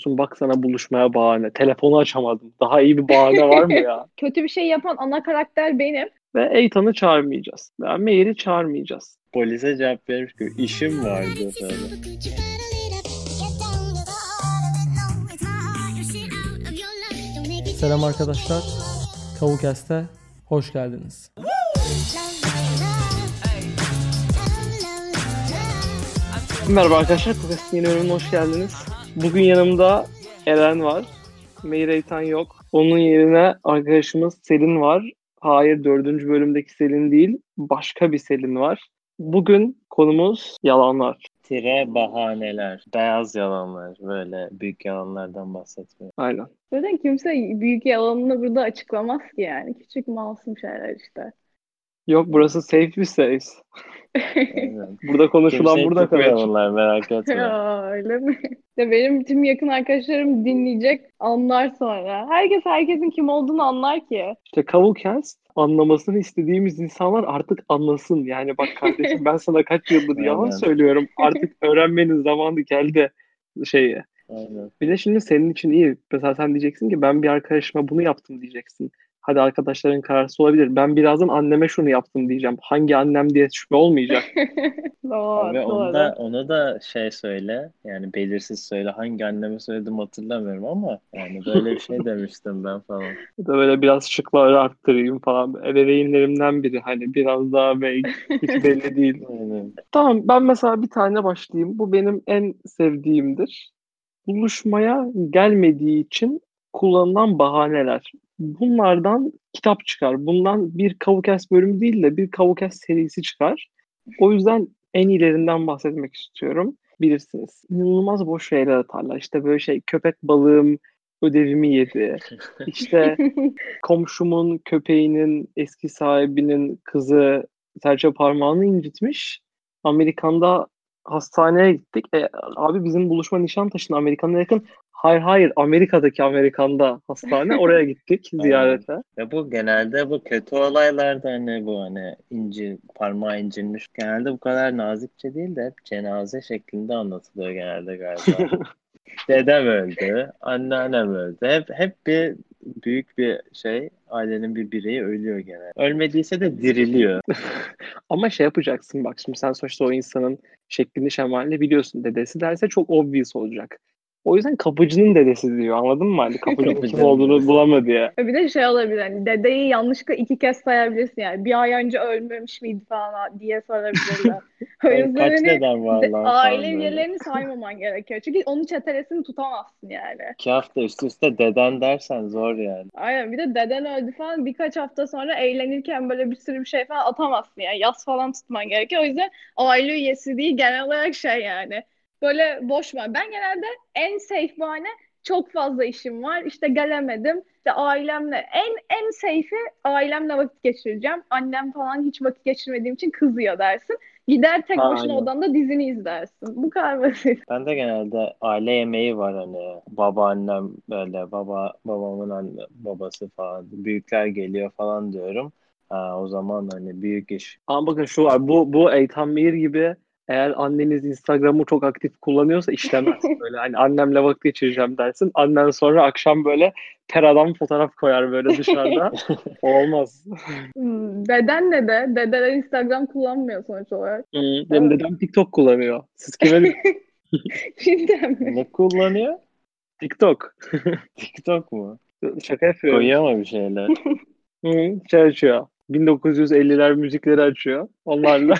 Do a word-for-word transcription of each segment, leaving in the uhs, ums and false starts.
Bak sana buluşmaya bahane. Telefonu açamadım. Daha iyi bir bahane var mı ya? Kötü bir şey yapan ana karakter benim. Ve Eytan'ı çağırmayacağız. Ve Meğer'i çağırmayacağız. Polise cevap vermiş ki işim vardı böyle. Selam arkadaşlar. Kavukest'e hoş geldiniz. Merhaba arkadaşlar. Kavukest'in yeni bölümüne hoş geldiniz. Bugün yanımda Eren var. Meğer Eytan yok. Onun yerine arkadaşımız Selin var. Hayır, dördüncü bölümdeki Selin değil. Başka bir Selin var. Bugün konumuz yalanlar. Tire bahaneler, beyaz yalanlar, böyle büyük yalanlardan bahsetmiyor. Aynen. Zaten kimse büyük yalanını burada açıklamaz ki yani. Küçük masum şeyler işte. Yok, burası safe bir space. Aynen. Burada konuşulan Kimseyi burada kalır. tutmuyorlar, merak etme. Ya öyle mi? İşte benim tüm yakın arkadaşlarım dinleyecek, anlar sonra. Herkes herkesin kim olduğunu anlar ki. İşte Kavukest anlamasını istediğimiz insanlar artık anlasın. Yani bak kardeşim, ben sana kaç yıldır yalan Aynen. söylüyorum. Artık öğrenmenin zamanı geldi şeyi. Aynen. Bir de şimdi senin için iyi. Mesela sen diyeceksin ki ben bir arkadaşıma bunu yaptım diyeceksin. Hadi arkadaşların kararsı olabilir. Ben birazdan anneme şunu yaptım diyeceğim. Hangi annem diye şüphe olmayacak. Doğru, Ve onu da, doğru. onu da şey söyle, yani belirsiz söyle, hangi anneme söyledim hatırlamıyorum ama yani böyle bir şey demiştim ben falan. Ya da böyle biraz şıkları arttırayım falan. Ebeveynlerimden biri hani biraz daha belki hiç belli değil. Aynen. Tamam, ben mesela bir tane başlayayım. Bu benim en sevdiğimdir. Buluşmaya gelmediği için kullanılan bahaneler. Bunlardan kitap çıkar. Bundan bir Kavukest bölümü değil de bir Kavukest serisi çıkar. O yüzden en iyilerinden bahsetmek istiyorum. Bilirsiniz. İnanılmaz boş şeyler atarlar. İşte böyle şey, köpek balığım ödevimi yedi. İşte komşumun köpeğinin eski sahibinin kızı serçe parmağını incitmiş. Amerikan'da hastaneye gittik. E, abi bizim buluşma Nişantaşı'nda, Amerikan'a yakın. Hayır hayır, Amerika'daki Amerikan'da hastane. Oraya gittik Aynen. ziyarete. Ve bu genelde bu kötü olaylarda hani bu hani inci parmağı incinmiş genelde bu kadar nazikçe değil de hep cenaze şeklinde anlatılıyor genelde galiba. Dedem öldü, anneannem öldü. Hep hep bir büyük bir şey, ailenin bir bireyi ölüyor genelde. Ölmediyse de diriliyor. Ama şey yapacaksın bak, şimdi sen sonuçta o insanın şeklini şemalini biliyorsun. Dedesi derse çok obvious olacak. O yüzden kapıcının dedesi diyor, anladın mı? Hani kapıcının kim Kapıcının olduğunu dedesi. bulamadı diye. Bir de şey olabilir hani dedeyi yanlışlıkla iki kez sayabilirsin yani. Bir ay önce ölmemiş miydi falan diye sorabilirler. O Ka- yüzden Kaç hani dedem var de- lan aile falan böyle. üyelerini saymaman gerekiyor. Çünkü onun çetelesini tutamazsın yani. İki hafta üst üste deden dersen zor yani. Aynen, bir de deden öldü falan birkaç hafta sonra eğlenirken böyle bir sürü bir şey falan atamazsın yani. Yas falan tutman gerekiyor. O yüzden aile üyesi değil, genel olarak şey yani. Böyle boş ver. Ben genelde en safe bahane çok fazla işim var. İşte gelemedim. İşte ailemle en en safe'i ailemle vakit geçireceğim. Annem falan hiç vakit geçirmediğim için kızıyor dersin. Gider tek başına Aynen. odanda dizini izlersin. Bu kadar basit. Ben de genelde aile yemeği var hani babaannem böyle baba babamın anne babası falan büyükler geliyor falan diyorum. Ha, o zaman hani büyük iş. Ama bakın şu var. Bu, bu Eytan Meir gibi, eğer anneniz Instagram'ı çok aktif kullanıyorsa işlemez. Böyle hani annemle vakit geçireceğim dersin. Annen sonra akşam böyle teradan fotoğraf koyar böyle dışarıda. O olmaz. Hmm, Deden ne de? Dedeler Instagram kullanmıyor sonuç olarak. Hmm, benim Evet. dedem TikTok kullanıyor. Siz kime diyorsunuz? Cidden mi? Ne kullanıyor? TikTok. TikTok mu? Şaka yapıyorum. Koyuyor mu bir şeyler? Hı, şey açıyor. bin dokuz yüz elliler müzikleri açıyor. Onlarla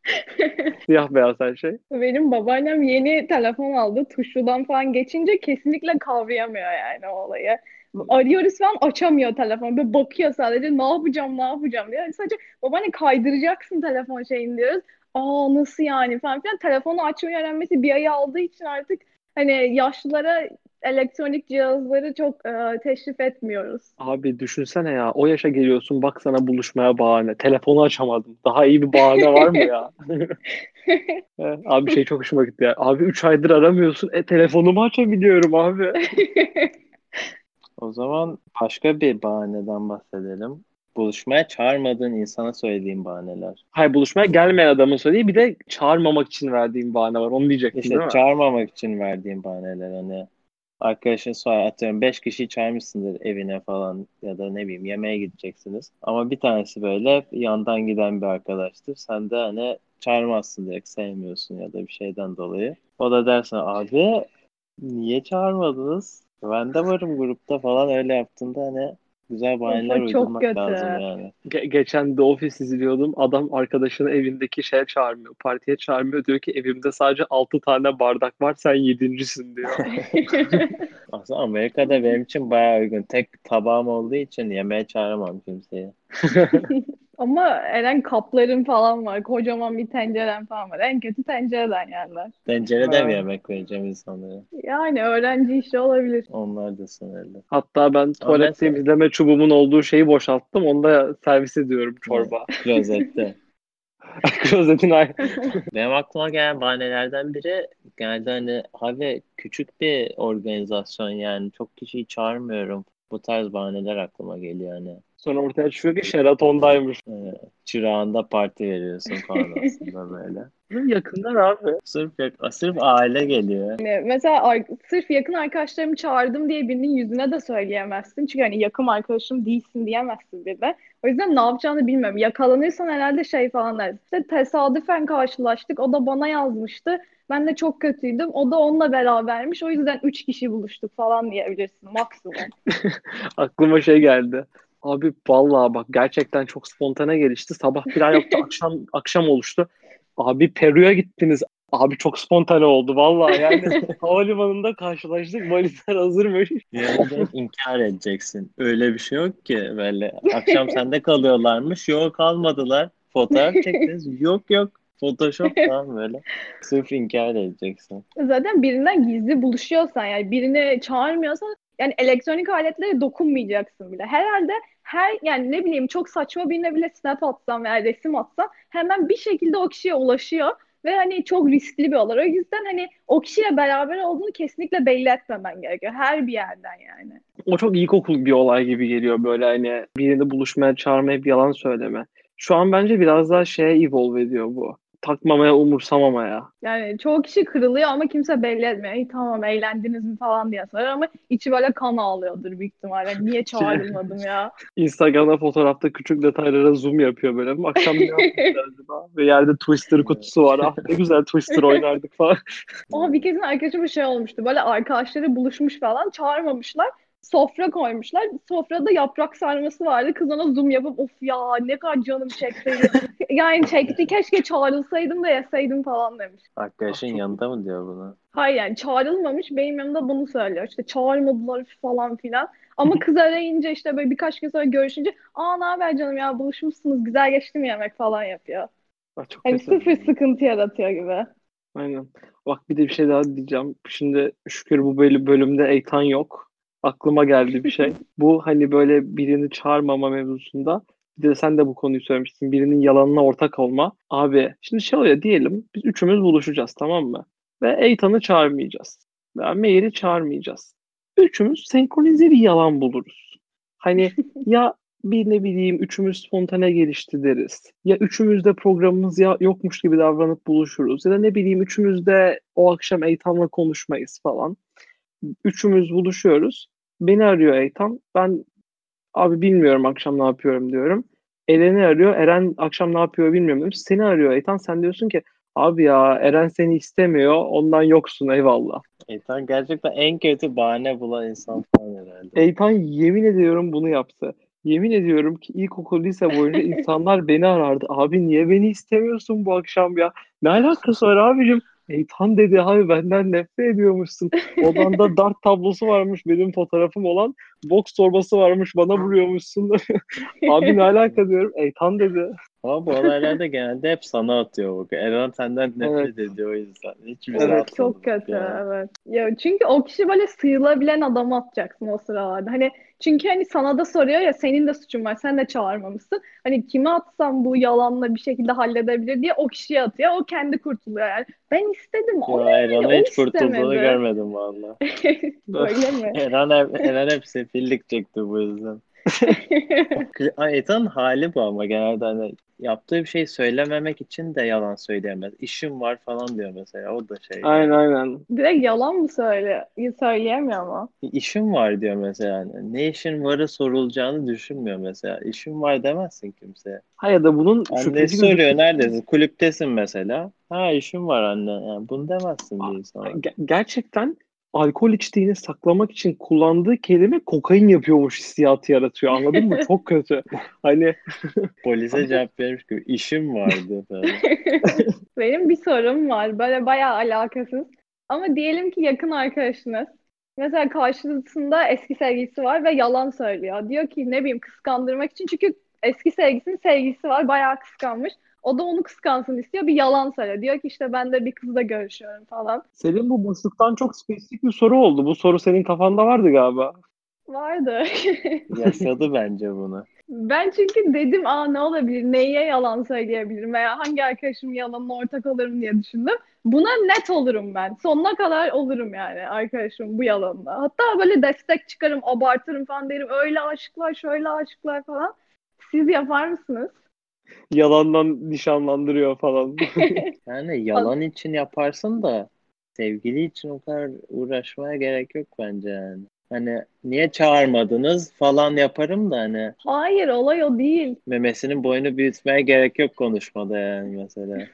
siyah beyaz her şey. Benim babaannem yeni telefon aldı. Tuşludan falan geçince kesinlikle kavrayamıyor yani o olayı. Arıyoruz falan açamıyor telefonu. Böyle bakıyor sadece, ne yapacağım ne yapacağım diyor. Sadece babaanne kaydıracaksın telefon şeyini diyoruz. Aa nasıl yani falan filan. Telefonu açmayı öğrenmesi bir ay aldığı için artık hani yaşlılara elektronik cihazları çok e, teşrif etmiyoruz. Abi düşünsene ya, o yaşa geliyorsun, bak sana buluşmaya bahane. Telefonu açamadım. Daha iyi bir bahane var mı ya? Evet, abi şey çok hoşuma gitti ya. Abi üç aydır aramıyorsun. E telefonumu açabiliyorum abi. O zaman başka bir bahaneden bahsedelim. Buluşmaya çağırmadığın insana söylediğin bahaneler. Hayır, buluşmaya gelmeyen adamın söylediği, bir de çağırmamak için verdiğim bahane var. Onu diyeceksin İşte değil mi? çağırmamak için verdiğin bahaneler hani Arkadaşın sorar, atıyorum beş kişiyi çağırmışsındır evine falan ya da ne bileyim yemeğe gideceksiniz. Ama bir tanesi böyle yandan giden bir arkadaştır. Sen de hani çağırmazsın, direkt sevmiyorsun ya da bir şeyden dolayı. O da dersin abi niye çağırmadınız? Ben de varım grupta falan, öyle yaptığında hani güzel Of, bahaneler o çok uydurmak lazım kötü. yani. Ge- geçen The Office izliyordum. Adam arkadaşını evindeki şeye çağırmıyor. Partiye çağırmıyor. Diyor ki evimde sadece altı tane bardak var. Sen yedincisin diyor. Aslında Amerika'da benim için bayağı uygun. Tek tabağım olduğu için yemeğe çağıramam kimseyi. Ama Eren kapların falan var. Kocaman bir tenceren falan var. En kötü tencereden yerler. Tencerede mi Ha. yemek vereceğim insanlara? Yani öğrenci işi olabilir. Onlar da sınırlı. Hatta ben Ama tuvalet mesela temizleme çubuğumun olduğu şeyi boşalttım. Onda servis ediyorum evet, çorba. klozette. Klozetin ay. Benim aklıma gelen bahanelerden biri geldi, hani abi küçük bir organizasyon yani çok kişiyi çağırmıyorum. Bu tarz bahaneler aklıma geliyor hani. Sonra ortaya çıkıyor ki Sheraton'daymış. Ee, çırağında parti veriyorsun falan aslında böyle. Yakınlar abi. Sırf, sırf aile geliyor. Yani mesela ar- sırf yakın arkadaşlarımı çağırdım diye birinin yüzüne de söyleyemezsin. Çünkü hani yakın arkadaşım değilsin diyemezsin bir de. O yüzden ne yapacağını bilmiyorum. Yakalanırsan herhalde şey falan dersin. İşte tesadüfen karşılaştık. O da bana yazmıştı. Ben de çok kötüydüm. O da onunla berabermiş. O yüzden üç kişi buluştuk falan diyebilirsin maksimum. Aklıma şey geldi. Abi vallahi bak gerçekten çok spontane gelişti. Sabah plan yoktu, akşam akşam oluştu. Abi Peru'ya gittiniz. Abi çok spontane oldu vallahi. Yani havalimanında karşılaştık. Valizler hazırmış. Yani direkt inkar edeceksin. Öyle bir şey yok ki böyle. Akşam sende kalıyorlarmış. Yok, kalmadılar. Fotoğraf çektiniz. Yok yok. Photoshop falan böyle. Sırf inkar edeceksin. Zaten birinden gizli buluşuyorsan yani birini çağırmıyorsan yani elektronik aletlere dokunmayacaksın bile. Herhalde her yani ne bileyim çok saçma birine bile snap atsan veya resim atsan hemen bir şekilde o kişiye ulaşıyor ve hani çok riskli bir olay. O yüzden hani o kişiyle beraber olduğunu kesinlikle belli etmemen gerekiyor. Her bir yerden yani. O çok ilkokul bir olay gibi geliyor böyle hani birini buluşmaya çağırmayıp yalan söyleme. Şu an bence biraz daha şeye evolve ediyor bu. Takmamaya, umursamamaya. Yani çoğu kişi kırılıyor ama kimse belli etmiyor. İyi tamam eğlendiniz mi falan diye soruyor ama içi böyle kan ağlıyordur büyük ihtimalle. Niye Şey, çağrılmadım ya? Instagram'da fotoğrafta küçük detaylara zoom yapıyor böyle. Akşam ne yapmışlar acaba? Ve yerde Twister kutusu var. Ah ne güzel Twister oynardık falan. Ama bir kesin arkadaşım bir şey olmuştu. Böyle arkadaşları buluşmuş falan çağırmamışlar. Sofra koymuşlar. Sofrada yaprak sarması vardı. Kız ona zoom yapıp of ya ne kadar canım çekseydi. Yani çekti keşke çağrılsaydım da yeseydim falan demiş. Ah, Arkadaşın çok yanında mı diyor bunu? Hayır yani çağrılmamış. Benim yanımda bunu söylüyor. İşte çağırmadılar falan filan. Ama kız arayınca işte böyle birkaç gün sonra görüşünce aa ne haber canım ya buluşmuşsunuz güzel geçti mi yemek falan yapıyor. ah, çok Hani kötü. sıfır sıkıntı yaratıyor gibi. Aynen. Bak bir de bir şey daha diyeceğim. Şimdi şükür bu böl- bölümde Eytan yok. Aklıma geldi bir şey. Bu hani böyle birini çağırmama mevzusunda bir de sen de bu konuyu söylemiştin. Birinin yalanına ortak olma. Abi şimdi şey oluyor diyelim biz üçümüz buluşacağız tamam mı? Ve Eytan'ı çağırmayacağız. Veya Meğer'i çağırmayacağız. Üçümüz senkronize bir yalan buluruz. Hani ya bir ne bileyim üçümüz spontane gelişti deriz. Ya üçümüz de programımız ya yokmuş gibi davranıp buluşuruz. Ya da ne bileyim üçümüz de o akşam Eytan'la konuşmayız falan. Üçümüz buluşuyoruz. Beni arıyor Eytan. Ben abi bilmiyorum akşam ne yapıyorum diyorum. Eren'i arıyor. Eren akşam ne yapıyor bilmiyorum demiş. Seni arıyor Eytan. Sen diyorsun ki abi ya Eren seni istemiyor. Ondan yoksun eyvallah. Ethan gerçekten en kötü bahane bulan insan falan herhalde. Eytan yemin ediyorum bunu yaptı. Yemin ediyorum ki ilkokul lise boyunca insanlar beni arardı. Abi niye beni istemiyorsun bu akşam ya? Ne alakası var abicim? Eytan dedi abi benden nefret ediyormuşsun. Odanda dart tablosu varmış benim fotoğrafım olan. Boks torbası varmış bana vuruyormuşsun. Abi ne alaka diyorum. Eytan dedi. Ama bu olaylarda genelde hep sana atıyor bu. Eren senden Evet. nefret ediyor o yüzden. Hiç bize Evet. atmadı Çok bak kötü ya. evet. Ya çünkü o kişi böyle sıyrılabilen adamı atacaksın o sıralarda. Hani çünkü hani sana da soruyor ya senin de suçun var. Sen de çağırmamışsın. Hani kime atsam bu yalanla bir şekilde halledebilir diye o kişiye atıyor. O kendi kurtuluyor yani. Ben istedim Yo, ama yani Eren'in o hiç kurtulduğunu istemedi. görmedim valla. Öyle mi? Eren hep, Eren hep sefillik çekti bu yüzden. Ay, Ethan'ın hali bu ama genelde hani yaptığı bir şey söylememek için de yalan söyleyemez. İşim var falan diyor mesela. O da şey Aynen yani. aynen. Direkt yalan mı söyle? Söyleyemiyor mu? İşim var diyor mesela. Yani. Ne işin varı sorulacağını düşünmüyor mesela. İşim var demezsin kimseye. Ha ya da bunun Annesi şüpheci soruyor gözükmesi neredesin? Kulüptesin mesela. Ha işim var anne. Yani bunu demezsin bir insana. Ge- gerçekten alkol içtiğini saklamak için kullandığı kelime kokain yapıyormuş hissiyatı yaratıyor. Anladın mı? Çok kötü. Hani Polise cevap vermiş gibi işim vardı falan. Benim bir sorum var. Böyle bayağı alakasız. Ama diyelim ki yakın arkadaşınız. Mesela karşısında eski sevgilisi var ve yalan söylüyor. Diyor ki ne bileyim kıskandırmak için. Çünkü eski sevgilisinin sevgilisi var. Bayağı kıskanmış. O da onu kıskansın istiyor. Bir yalan söylüyor. Diyor ki işte ben de bir kızla görüşüyorum falan. senin bu boşluktan çok spesifik bir soru oldu. Bu soru senin kafanda vardı galiba. Vardı. Yaşadı bence bunu. Ben çünkü dedim aa ne olabilir, neye yalan söyleyebilirim veya hangi arkadaşımın yalanına ortak olurum diye düşündüm. Buna net olurum ben. Sonuna kadar olurum yani arkadaşım bu yalanına. Hatta böyle destek çıkarım, abartırım falan derim. Öyle aşıklar, şöyle aşıklar falan. Siz yapar mısınız? Yalandan nişanlandırıyor falan. Yani yalan için yaparsın da sevgili için o kadar uğraşmaya gerek yok bence yani. Hani niye çağırmadınız falan yaparım da hani Hayır, olay o değil. memesinin boyunu büyütmeye gerek yok konuşmada yani mesela.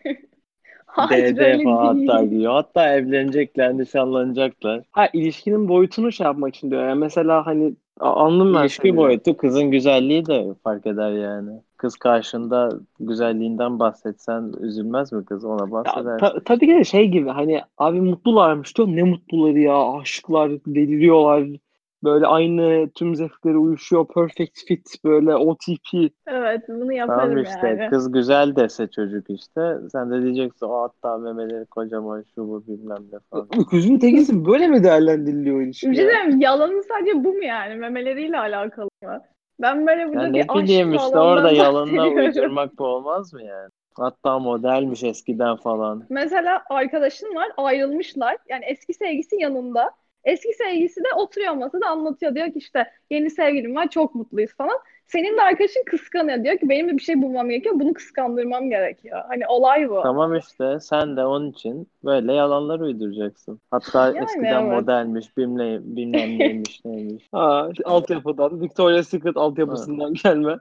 Hayır D D öyle falan hatta değil. diyor. Hatta evlenecekler, nişanlanacaklar. Ha ilişkinin boyutunu şey yapmak için diyor. Yani mesela hani a- anladım ben İlişki seni. boyutu kızın güzelliği de fark eder yani. Kız karşında güzelliğinden bahsetsen üzülmez mi kız? Ona Ya, ta- bahsedersin tabii işte. ki de şey gibi hani abi mutlularmış diyor. Ne mutluları ya. Aşıklar deliriyorlar. Böyle aynı tüm zevkleri uyuşuyor. Perfect fit böyle O T P. Evet, bunu Tamam yaparım işte yani. kız güzel dese çocuk işte. Sen de diyeceksin o hatta memeleri kocaman şu bu bilmem ne falan. Öküzün tekisin. Böyle mi değerlendiriliyor o Bir ilişki şey ya? diyeyim, yalanın sadece bu mu yani? Memeleriyle alakalı mı? Ben böyle Ya burada bir ne aşk bileyim işte orada falandan yalanına bahsediyorum. uydurmak bu olmaz mı yani? Hatta modelmiş eskiden falan. Mesela arkadaşın var, ayrılmışlar. Yani eski sevgisi yanında. Eski sevgilisi de oturuyor masada anlatıyor. Diyor ki işte yeni sevgilim var, çok mutluyuz falan. Senin de arkadaşın kıskanıyor. Diyor ki benim de bir şey bulmam gerekiyor. Bunu kıskandırmam gerekiyor. Hani olay bu. Tamam işte sen de onun için böyle yalanlar uyduracaksın. Hatta Yani eskiden evet. modelmiş, bilmem, bilmem neymiş neymiş. Ha, işte altyapıdan, Victoria's Secret Ha. altyapısından gelme.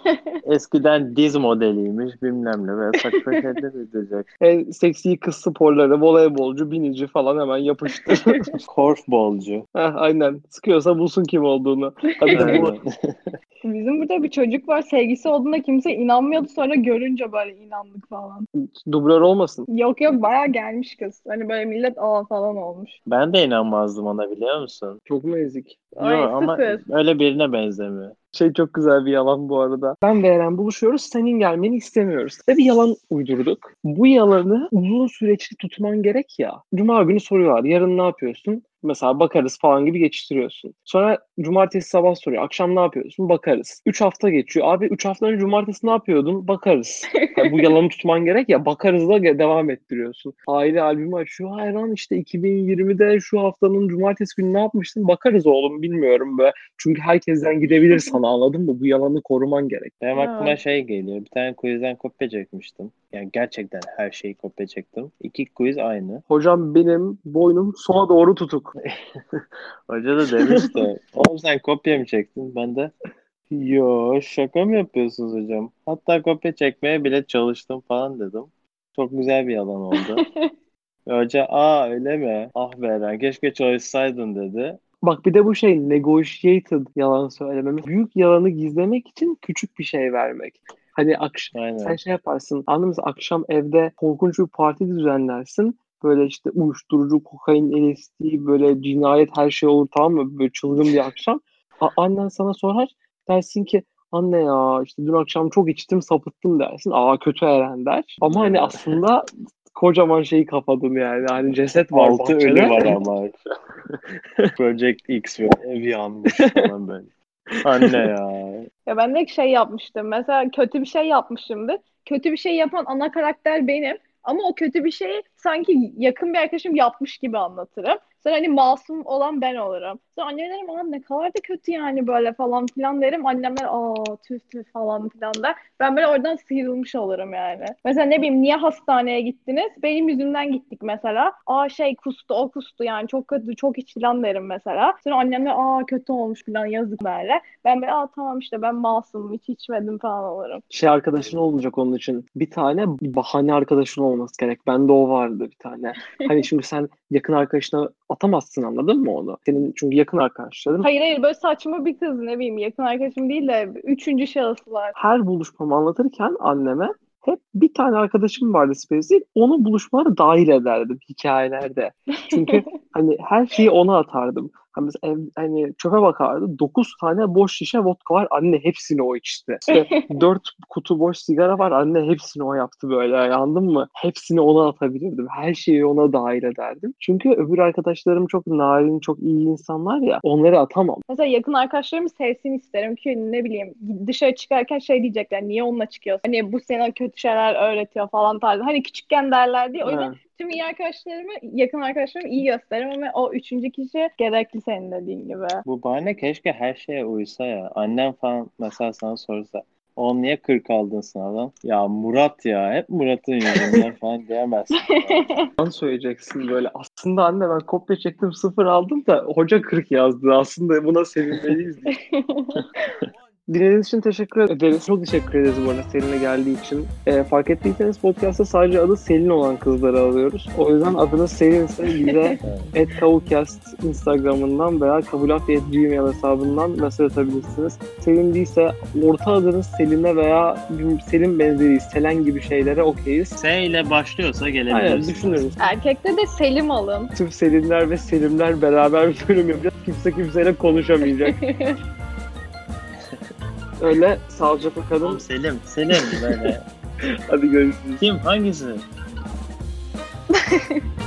Eskiden diz modeliymiş bilmem ne ve saçma şeyler uyduracaksın. En seksi kız sporları, voleybolcu, binici falan hemen yapıştır. Korfbolcu. Heh, aynen. Sıkıyorsa bulsun kim olduğunu. Ha bir de bu Aynen. Bizim burada bir çocuk var. Sevgisi olduğuna kimse inanmıyordu. Sonra görünce böyle inandık falan. dublör olmasın. Yok yok bayağı gelmiş kız. Hani böyle millet aa falan olmuş. Ben de inanmazdım ona biliyor musun? Çok mu ezik? Yo Ay ama sıfır. öyle birine benzemiyor. Şey çok güzel bir yalan bu arada. Ben ve Eren buluşuyoruz, senin gelmeni istemiyoruz. Ve bir yalan uydurduk. Bu yalanı uzun süreçli tutman gerek ya. Cuma günü soruyorlar, yarın ne yapıyorsun? Mesela bakarız falan gibi geçiştiriyorsun. Sonra cumartesi sabah soruyor, akşam ne yapıyorsun? Bakarız. Üç hafta geçiyor. Abi üç hafta önce cumartesi ne yapıyordun? Bakarız. Yani bu yalanı tutman gerek ya, bakarız da devam ettiriyorsun. Aile albümü açıyor. Hayran işte iki bin yirmide şu haftanın cumartesi günü ne yapmıştın? Bakarız oğlum, bilmiyorum be. Çünkü herkesten gidebilir sana, anladın mı? Bu yalanı koruman gerek. Benim aklıma Evet. şey geliyor. Bir tane quizden kopya çekmiştim. Yani gerçekten her şeyi kopya çektim. İki quiz aynı. Hocam benim boynum sola doğru tutuk. Hoca da demişti. Oğlum sen kopya mı çektin? Ben de yo şaka mı yapıyorsunuz hocam? Hatta kopya çekmeye bile çalıştım falan dedim. Çok güzel bir yalan oldu. Ve hoca aa öyle mi? Ah be Eren keşke çalışsaydın dedi. Bak bir de bu şey negotiated yalan söylememiz. Büyük yalanı gizlemek için küçük bir şey vermek. Hani akş sen Aynen. şey yaparsın. Anladın mı? Akşam evde korkunç bir parti düzenlersin. Böyle işte uyuşturucu, kokain, L S D, böyle cinayet her şey olur, tamam mı? Böyle çılgın bir akşam. A- annen sana sorar. Dersin ki anne ya işte dün akşam çok içtim sapıttım dersin. Aa kötü Eren der. Ama hani Aynen. aslında kocaman şeyi kapadın yani. Hani ceset var Altı ölü bahçede. var ama. Project X ve ev yanmış falan böyle. Anne ya. Ya ben de şey yapmıştım. Mesela kötü bir şey yapmışımdır. Kötü bir şey yapan ana karakter benim. Ama o kötü bir şeyi sanki yakın bir arkadaşım yapmış gibi anlatırım. Sonra hani masum olan ben olurum. Sonra anneme derim aa ne kadar da kötü yani böyle falan filan derim. Annemler aa tüh tüh falan filan der. Ben böyle oradan sıyrılmış olurum yani. Mesela ne bileyim niye hastaneye gittiniz? Benim yüzümden gittik mesela. Aa şey kustu o kustu yani çok kötü çok iç filan derim mesela. Sonra annemler aa kötü olmuş filan yazık böyle. Ben böyle aa tamam işte ben masumum hiç içmedim falan olurum. Şey arkadaşın olmayacak onun için. Bir tane bahane arkadaşın olması gerek. Bende o vardı bir tane. Hani şimdi sen yakın arkadaşına atamazsın, anladın mı onu? Senin çünkü yakın arkadaşların. Hayır hayır böyle saçma bir kız ne bileyim yakın arkadaşım değil de üçüncü şahıslar. Her buluşmamı anlatırken anneme hep bir tane arkadaşım vardı spesifik. Onu buluşmalara dahil ederdim hikayelerde. Çünkü hani her şeyi ona atardım. Hani, mesela ev, hani çöpe bakardı. Dokuz tane boş şişe vodka var. Anne hepsini o içti. İşte dört kutu boş sigara var. Anne hepsini o yaptı böyle. Anladın mı? Hepsini ona atabilirdim. Her şeyi ona dahil ederdim. Çünkü öbür arkadaşlarım çok narin, çok iyi insanlar ya. Onları atamam. Mesela yakın arkadaşlarımı sevsin isterim ki ne bileyim dışarı çıkarken şey diyecekler niye onunla çıkıyorsun? Hani bu sana kötü şeyler öğretiyor falan tarzı. Hani küçükken derler diye. O yüzden Evet. tüm iyi arkadaşlarımı, yakın arkadaşlarımı iyi gösteririm ama o üçüncü kişi gerekli senin dediğin gibi. Bu bahane keşke her şeye uysa ya. Annem falan mesela sana sorsa oğlum niye kırk aldın sınavdan? Ya Murat ya hep Murat'ın yüzünden falan diyemezsin. Yani. Sen söyleyeceksin böyle. Aslında anne ben kopya çektim sıfır aldım da hoca kırk yazdı. Aslında buna sevinmeliyiz diye. Dinlediğiniz için teşekkür ederiz. Çok teşekkür ederiz bu arada Selin'e geldiği için. E, fark ettiyseniz podcast'ta sadece adı Selin olan kızları alıyoruz. O yüzden adınız Selin ise bize et kavukast Instagram'ından veya kabulafya at gmail hesabından mesaj atabilirsiniz. Selin değilse orta adınız Selin'e veya Selin benzeri Selen gibi şeylere okeyiz. S ile başlıyorsa Aynen gelebiliriz. düşünürüz. Erkekte de Selim alın. Tüm Selinler ve Selimler beraber bir bölüm yapacağız. Kimse kimseyle konuşamayacak. Öyle sağlıcakla kalın. Oğlum Selim, Selim böyle. Hadi görüşürüz. Kim? Hangisi?